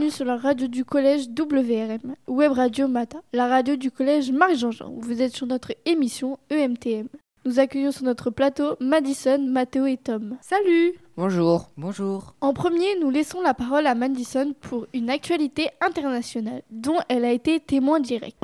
bienvenue sur la radio du collège WRM, Web Radio Mata, la radio du collège Marc-Jean-Jean. Vous êtes sur notre émission EMTM. Nous accueillons sur notre plateau Madison, Mathéo et Tom. Salut! Bonjour. Bonjour. En premier, nous laissons la parole à Madison pour une actualité internationale, dont elle a été témoin direct.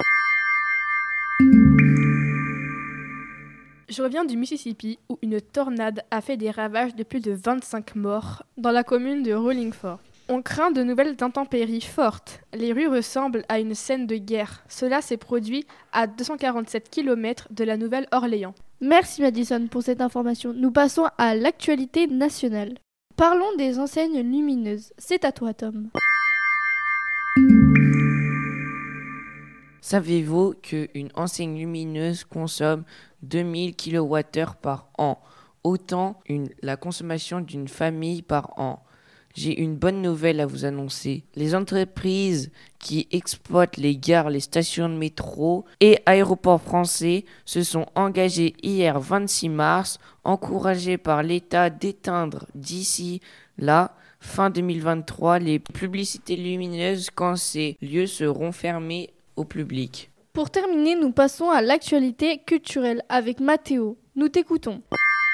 Je reviens du Mississippi où une tornade a fait des ravages de plus de 25 morts dans la commune de Rolling Fork. On craint de nouvelles intempéries fortes. Les rues ressemblent à une scène de guerre. Cela s'est produit à 247 km de la Nouvelle-Orléans. Merci Madison pour cette information. Nous passons à l'actualité nationale. Parlons des enseignes lumineuses. C'est à toi Tom. Savez-vous qu'une enseigne lumineuse consomme 2000 kWh par an, autant la consommation d'une famille par an? J'ai une bonne nouvelle à vous annoncer. Les entreprises qui exploitent les gares, les stations de métro et aéroports français se sont engagées hier 26 mars, encouragées par l'État d'éteindre d'ici là, fin 2023, les publicités lumineuses quand ces lieux seront fermés au public. Pour terminer, nous passons à l'actualité culturelle avec Mathéo. Nous t'écoutons.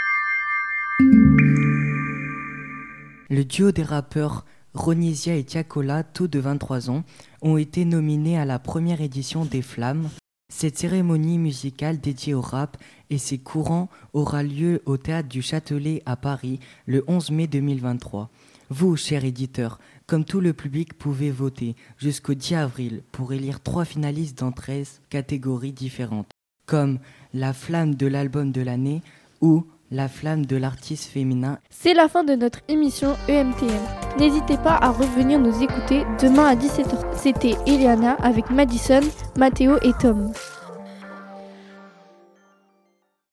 Le duo des rappeurs Ronisia et Tiakola, tous de 23 ans, ont été nominés à la première édition des Flammes. Cette cérémonie musicale dédiée au rap et ses courants aura lieu au Théâtre du Châtelet à Paris le 11 mai 2023. Vous, chers éditeurs, comme tout le public, pouvez voter jusqu'au 10 avril pour élire 3 finalistes dans 13 catégories différentes, comme la flamme de l'album de l'année ou la flamme de l'artiste féminin. C'est la fin de notre émission EMTM. N'hésitez pas à revenir nous écouter demain à 17h. C'était Eliana avec Madison, Mathéo et Tom.